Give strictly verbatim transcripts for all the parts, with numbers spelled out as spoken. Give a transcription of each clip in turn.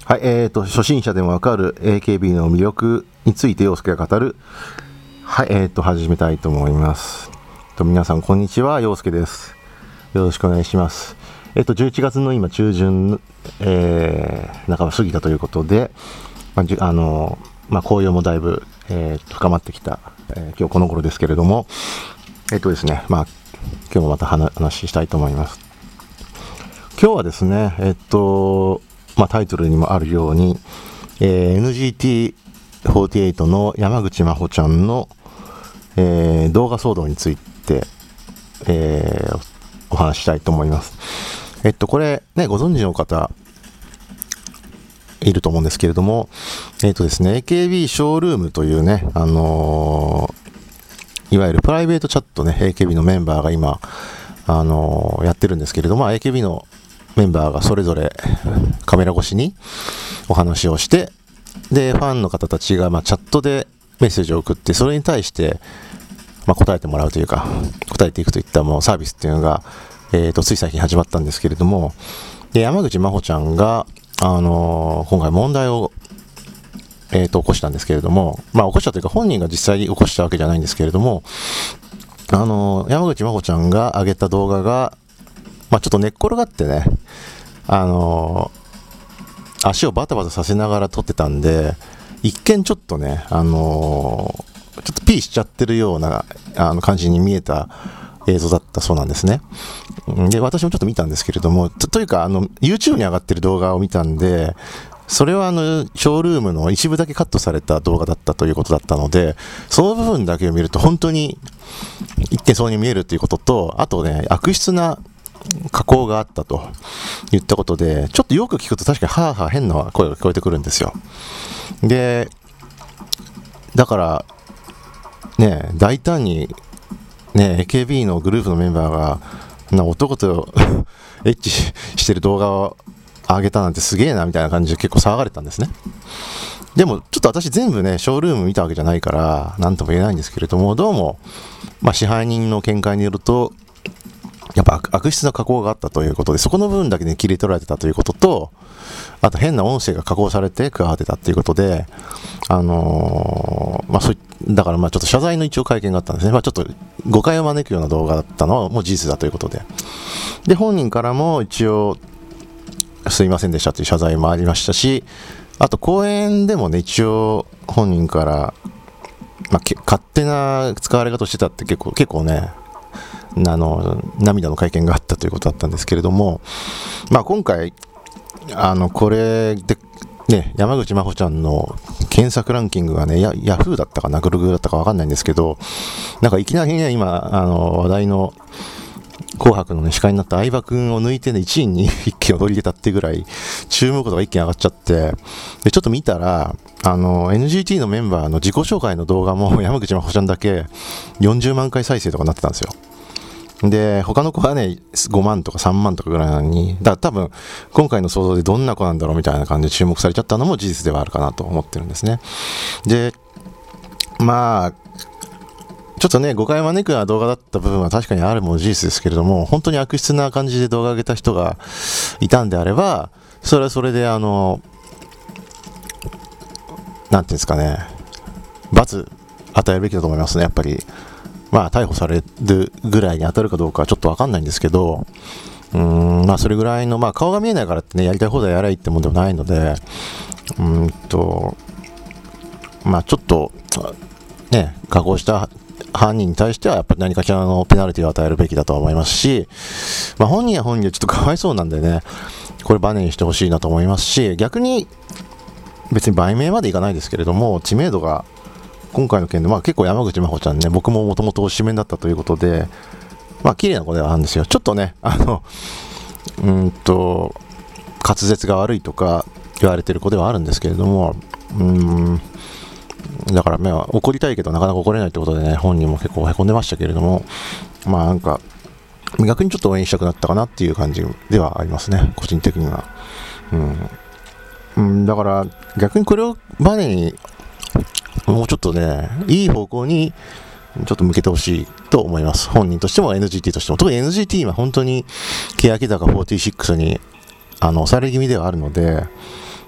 はい、えーと、初心者でもわかる エーケービー の魅力について陽介が語る。はい、えーと、始めたいと思います。と皆さん、こんにちは、陽介です。よろしくお願いします。えーと、じゅういちがつの今、中旬、えー、半ば過ぎたということで、まあ、じあの、まあ、紅葉もだいぶ、えー、深まってきた、えー、今日この頃ですけれども、えーとですね、まあ、今日もまた話ししたいと思います。今日はですね、えっと、まあ、タイトルにもあるように、えー、エヌジーティーフォーティーエイト の山口真帆ちゃんの、えー、動画騒動について、えー、お話ししたいと思います。えっと、これね、ご存知の方いると思うんですけれども、えっとですね、エーケービー ショールームというね、あのー、いわゆるプライベートチャットね、エーケービー のメンバーが今、あのー、やってるんですけれども、エーケービー のメンバーがそれぞれカメラ越しにお話をして、でファンの方たちがまあチャットでメッセージを送って、それに対してまあ答えてもらうというか、答えていくといったもうサービスっていうのが、えー、とつい最近始まったんですけれども、で山口真帆ちゃんが、あのー、今回問題を、えー、と起こしたんですけれども、まあ起こしたというか本人が実際に起こしたわけじゃないんですけれども、あのー、山口真帆ちゃんが上げた動画がまあ、ちょっと寝っ転がってね、あのー、足をバタバタさせながら撮ってたんで、一見ちょっとね、あのー、ちょっとピーしちゃってるようなあの感じに見えた映像だったそうなんですね。で、私もちょっと見たんですけれども、と, というかあの YouTube に上がってる動画を見たんで、それはあのショールームの一部だけカットされた動画だったということだったので、その部分だけを見ると本当に一見そうに見えるということと、あとね、悪質な加工があったと言ったことで、ちょっとよく聞くと確かにハーハー変な声が聞こえてくるんですよ。で、だからね、大胆にね エーケービー のグループのメンバーがな男とエッチしてる動画を上げたなんてすげえなみたいな感じで結構騒がれたんですね。でもちょっと私全部ねショールーム見たわけじゃないから何とも言えないんですけれども、どうもまあ支配人の見解によると、やっぱ悪質な加工があったということで、そこの部分だけで切り取られてたということと、あと変な音声が加工されて加わってたということで、あのー、まあそういだからまあちょっと謝罪の一応会見があったんですね。まあちょっと誤解を招くような動画だったのはもう事実だということで、で本人からも一応すいませんでしたという謝罪もありましたし、あと講演でもね一応本人から、まあ、勝手な使われ方をしてたって結構結構ね。あの涙の会見があったということだったんですけれども、まあ、今回あのこれで、ね、山口真帆ちゃんの検索ランキングがね、ヤフーだったかなグルグルだったか分かんないんですけど、なんかいきなりね今あの話題の紅白の、ね、司会になった相葉君を抜いて、ね、いちいに一気に躍り出たってぐらい注目度が一気に上がっちゃって、でちょっと見たらあの エヌジーティー のメンバーの自己紹介の動画も山口真帆ちゃんだけよんじゅうまんかい再生とかなってたんですよ。で他の子はねごまんとかさんまんとかぐらいなのに、だから多分今回の騒動でどんな子なんだろうみたいな感じで注目されちゃったのも事実ではあるかなと思ってるんですね。でまあちょっとね誤解を招くような動画だった部分は確かにあるも事実ですけれども、本当に悪質な感じで動画を上げた人がいたんであれば、それはそれであのなんていうんですかね、罰与えるべきだと思いますね。やっぱりまあ逮捕されるぐらいに当たるかどうかはちょっと分かんないんですけど、うーんまあそれぐらいの、まあ顔が見えないからってねやりたい放題やらいってもんでもないので、うーんとまあちょっとね加工した犯人に対してはやっぱり何かしらのペナルティを与えるべきだと思いますし、まあ本人は本人でちょっとかわいそうなんでね、これバネにしてほしいなと思いますし、逆に別に売名までいかないですけれども、知名度が今回の件で、まあ、結構山口真帆ちゃんね、僕ももともと推しメンだったということで、まあ綺麗な子ではあるんですよ。ちょっとねあのうーんと滑舌が悪いとか言われてる子ではあるんですけれども、うーんだからね怒りたいけどなかなか怒れないってことでね、本人も結構へこんでましたけれども、まあなんか逆にちょっと応援したくなったかなっていう感じではありますね、個人的には。うん、うん、だから逆にこれをバネにもうちょっとねいい方向にちょっと向けてほしいと思います。本人としても エヌジーティー としても。特に エヌジーティー は本当に欅坂フォーティーシックスにあの押され気味ではあるので、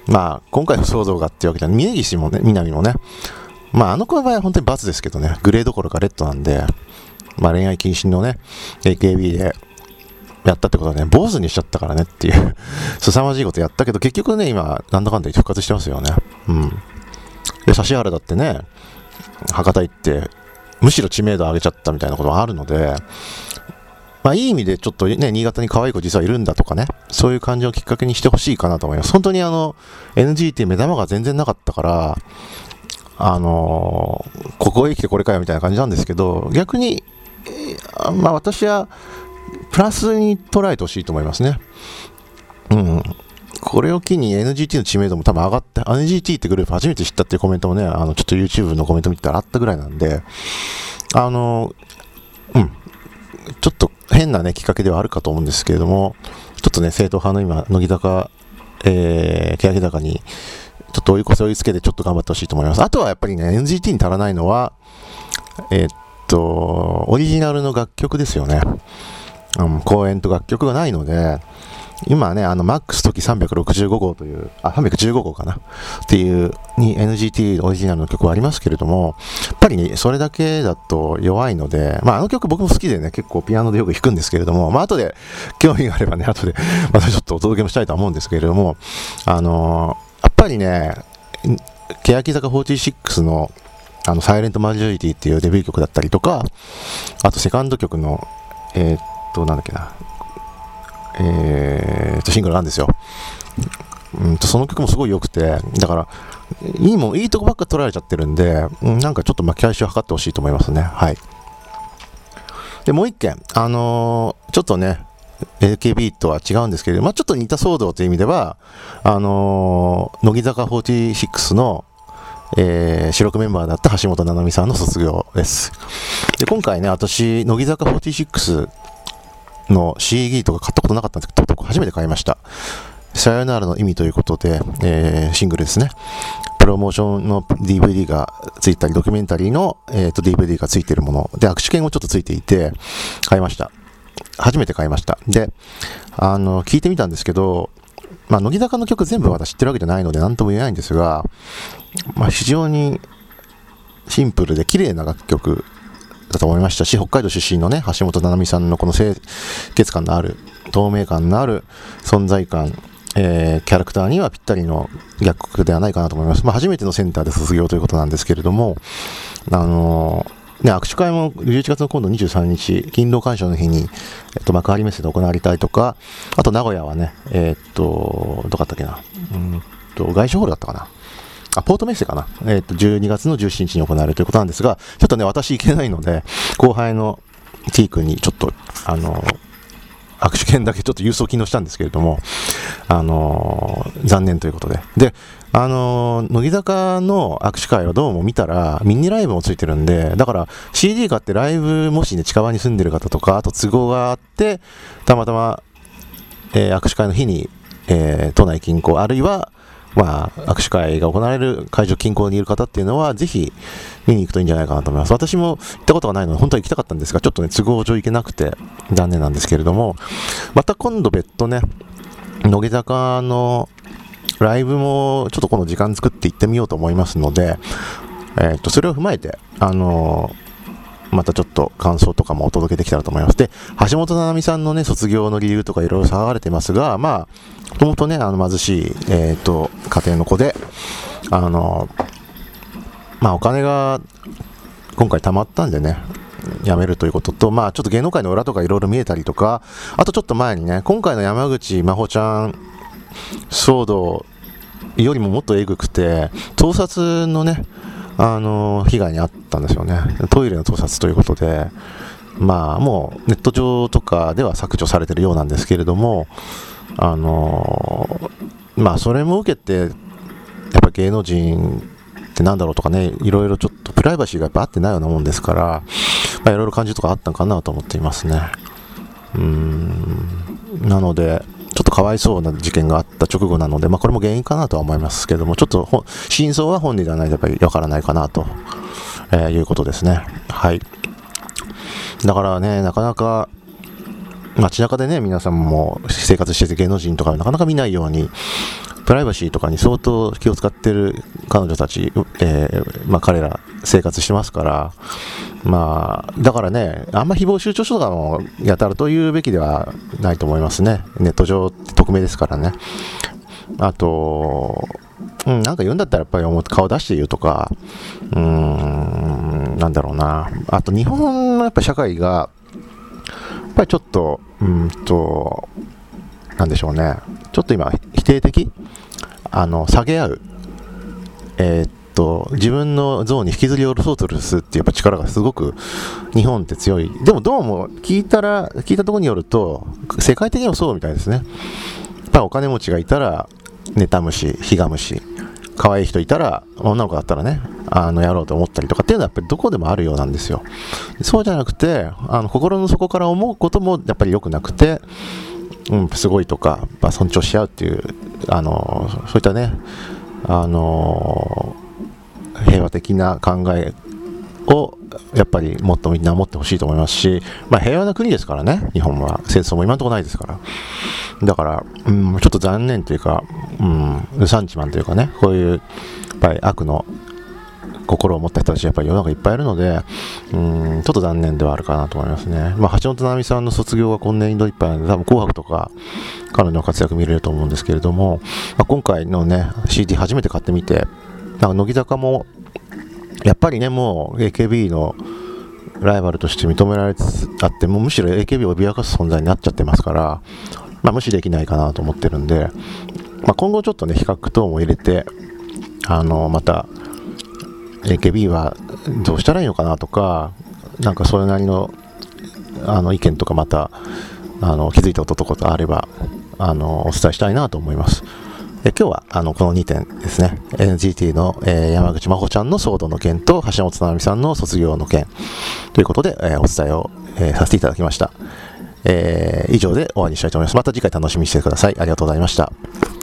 まあ今回の騒動がっていうわけじゃ峯岸もね、南もね、まああの子の場合は本当に罰ですけどね、グレーどころかレッドなんで、まあ恋愛禁止のね エーケービー でやったってことはね、坊主にしちゃったからねっていう凄まじいことやったけど、結局ね今なんだかんだ言って復活してますよね。うん。で指原だってね、博多行ってむしろ知名度上げちゃったみたいなことがあるので、まあいい意味でちょっとね、新潟に可愛い子実はいるんだとかね、そういう感じをきっかけにしてほしいかなと思います。本当にあの エヌジー っていう目玉が全然なかったから、あのー、ここへ来てこれかよみたいな感じなんですけど、逆に、えー、まあ私はプラスに捉えてほしいと思いますね。うん。これを機に エヌジーティー の知名度も多分上がって、エヌジーティー ってグループ初めて知ったっていうコメントもね、あのちょっと YouTube のコメント見てたらあったぐらいなんで、あのー、うん。ちょっと変なね、きっかけではあるかと思うんですけれども、ちょっとね、正統派の今、乃木坂、えー、欅坂に、ちょっと追い越せ追いつけてちょっと頑張ってほしいと思います。あとはやっぱりね、エヌジーティー に足らないのは、えー、っと、オリジナルの楽曲ですよね。うん、公演と楽曲がないので、今ね、あの、マックス時さんびゃくろくじゅうごごうという、あ、さんびゃくじゅうごごうかなっていうに エヌジーティー オリジナルの曲はありますけれども、やっぱり、ね、それだけだと弱いので、まあ、あの曲僕も好きでね、結構ピアノでよく弾くんですけれども、まあ、後で興味があればね、後でまたちょっとお届けもしたいと思うんですけれども、あのー、やっぱりね、欅坂フォーティーシックスのあの、サイレントマジョリティっていうデビュー曲だったりとか、あとセカンド曲の、えー、っと、なんだっけな、えー、っと、シングルなんですよ。うんと、その曲もすごい良くて、だから、いいもん、いいとこばっか取られちゃってるんで、うん、なんかちょっと巻き返しを図ってほしいと思いますね。はい。で、もう一件、あのー、ちょっとね、エーケービー とは違うんですけれど、まあちょっと似た騒動という意味では、あのー、乃木坂フォーティーシックスの、えー、主力メンバーだった橋本七海さんの卒業です。で、今回ね、私、乃木坂フォーティーシックスの シーディー とか買ったことなかったんですけど、初めて買いました。さよならの意味ということで、えー、シングルですね。プロモーションの ディーブイディー がついたり、ドキュメンタリーの、えー、と ディーブイディー がついているもので、握手券もちょっとついていて、買いました。初めて買いました。で、あの、聞いてみたんですけど、まあ、乃木坂の曲全部私知ってるわけじゃないので何とも言えないんですが、まあ、非常にシンプルで綺麗な楽曲だと思いましたし、北海道出身のね、橋本七海さんのこの清潔感のある、透明感のある存在感、えー、キャラクターにはぴったりの楽曲ではないかなと思います。まあ、初めてのセンターで卒業ということなんですけれども、あのーね、握手会もじゅういちがつの今度にじゅうさんにち、勤労感謝の日に、えっと、幕張メッセで行われたいとか、あと名古屋はね、えー、っと、どこだったっけな、うんと、外資ホールだったかな。あ、ポートメッセかな。えー、っと、じゅうにがつのじゅうしちにちに行われるということなんですが、ちょっとね、私行けないので、後輩の T 君にちょっと、あの、握手券だけちょっと郵送機能したんですけれども、あのー、残念ということで。で、あのー、乃木坂の握手会はどうも見たら、ミニライブもついてるんで、だから シーディー 買ってライブ、もしね、近場に住んでる方とか、あと都合があって、たまたま、えー、握手会の日に、えー、都内近郊、あるいは、まあ、握手会が行われる会場近郊にいる方っていうのは、ぜひ見に行くといいんじゃないかなと思います。私も行ったことがないので、本当は行きたかったんですが、ちょっとね、都合上行けなくて残念なんですけれども、また今度別途ね、乃木坂のライブもちょっとこの時間作って行ってみようと思いますので、えー、っと、それを踏まえて、あのー、またちょっと感想とかもお届けできたらと思います。で、橋本七海さんのね、卒業の理由とかいろいろ騒がれてますが、まあ、もともとね、あの貧しい、えー、と家庭の子で、あの、まあお金が今回貯まったんでね、辞めるということと、まあちょっと芸能界の裏とかいろいろ見えたりとか、あとちょっと前にね、今回の山口真帆ちゃん騒動よりももっとえぐくて、盗撮のね、あの被害に遭ったんですよね。トイレの盗撮ということで、まあもうネット上とかでは削除されてるようなんですけれども、あのまあそれも受けてやっぱ芸能人ってなんだろうとかね、いろいろちょっとプライバシーがやっぱ合ってないようなもんですから、まあ、いろいろ感じとかあったのかなと思っていますね。うーんなのでちょっとかわいそうな事件があった直後なので、まあ、これも原因かなとは思いますけども、ちょっと真相は本人ではないとやっぱりわからないかなと、えー、いうことですね。はい。だからね、なかなか街中でね、皆さんも生活してて芸能人とかなかなか見ないようにプライバシーとかに相当気を使ってる彼女たち、えーまあ、彼ら生活してますから、まあ、だからね、あんま誹謗中傷とかもやたらと言うべきではないと思いますね。ネット上って匿名ですからね。あと、うん、なんか言うんだったらやっぱり顔出して言うとか、うーん、なんだろうな。あと日本のやっぱ社会が、やっぱりちょっと、うんと、なんでしょうね。ちょっと今、否定的あの、下げ合う。えー、っと、自分の像に引きずり下ろそうとするっていうやっぱ力がすごく日本って強い。でもどうも聞いたら、聞いたところによると、世界的にもそうみたいですね。やっぱりお金持ちがいたら、妬むし、ひがむし、可愛い人いたら、女の子だったらね、あの、やろうと思ったりとかっていうのはやっぱりどこでもあるようなんですよ。そうじゃなくて、あの、心の底から思うこともやっぱり良くなくて、うん、すごいとか、まあ、尊重し合うっていう、あの、そういったね、あの、平和的な考えを、やっぱりもっとみんな持ってほしいと思いますし、まあ、平和な国ですからね、日本は。戦争も今のところないですから。だから、うん、ちょっと残念というか、うん、ルサンチマンというかね、こういう、やっぱり悪の心を持った人たちやっぱり世の中いっぱいいるので、うん、ちょっと残念ではあるかなと思いますね。まあ、橋本奈美さんの卒業が今年度いっぱいなので、多分紅白とか彼女の活躍見れると思うんですけれども、まあ、今回のね、シーディー 初めて買ってみて、なんか乃木坂も、やっぱりね、もう エーケービー のライバルとして認められつつあって、もうむしろ エーケービー を脅かす存在になっちゃってますから、まあ、無視できないかなと思ってるんで、まあ、今後ちょっとね、比較等も入れて、あの、また、エーケービー はどうしたらいいのかなとか、なんかそれなりの、あの意見とかまた、あの気づいたこととかあれば、あのお伝えしたいなと思います。え今日はあのこのにてんですね、エヌジーティー の、えー、山口真帆ちゃんの騒動の件と橋本奈美さんの卒業の件ということで、えー、お伝えを、えー、させていただきました。えー、以上で終わりにしたいと思います。また次回楽しみにしてください。ありがとうございました。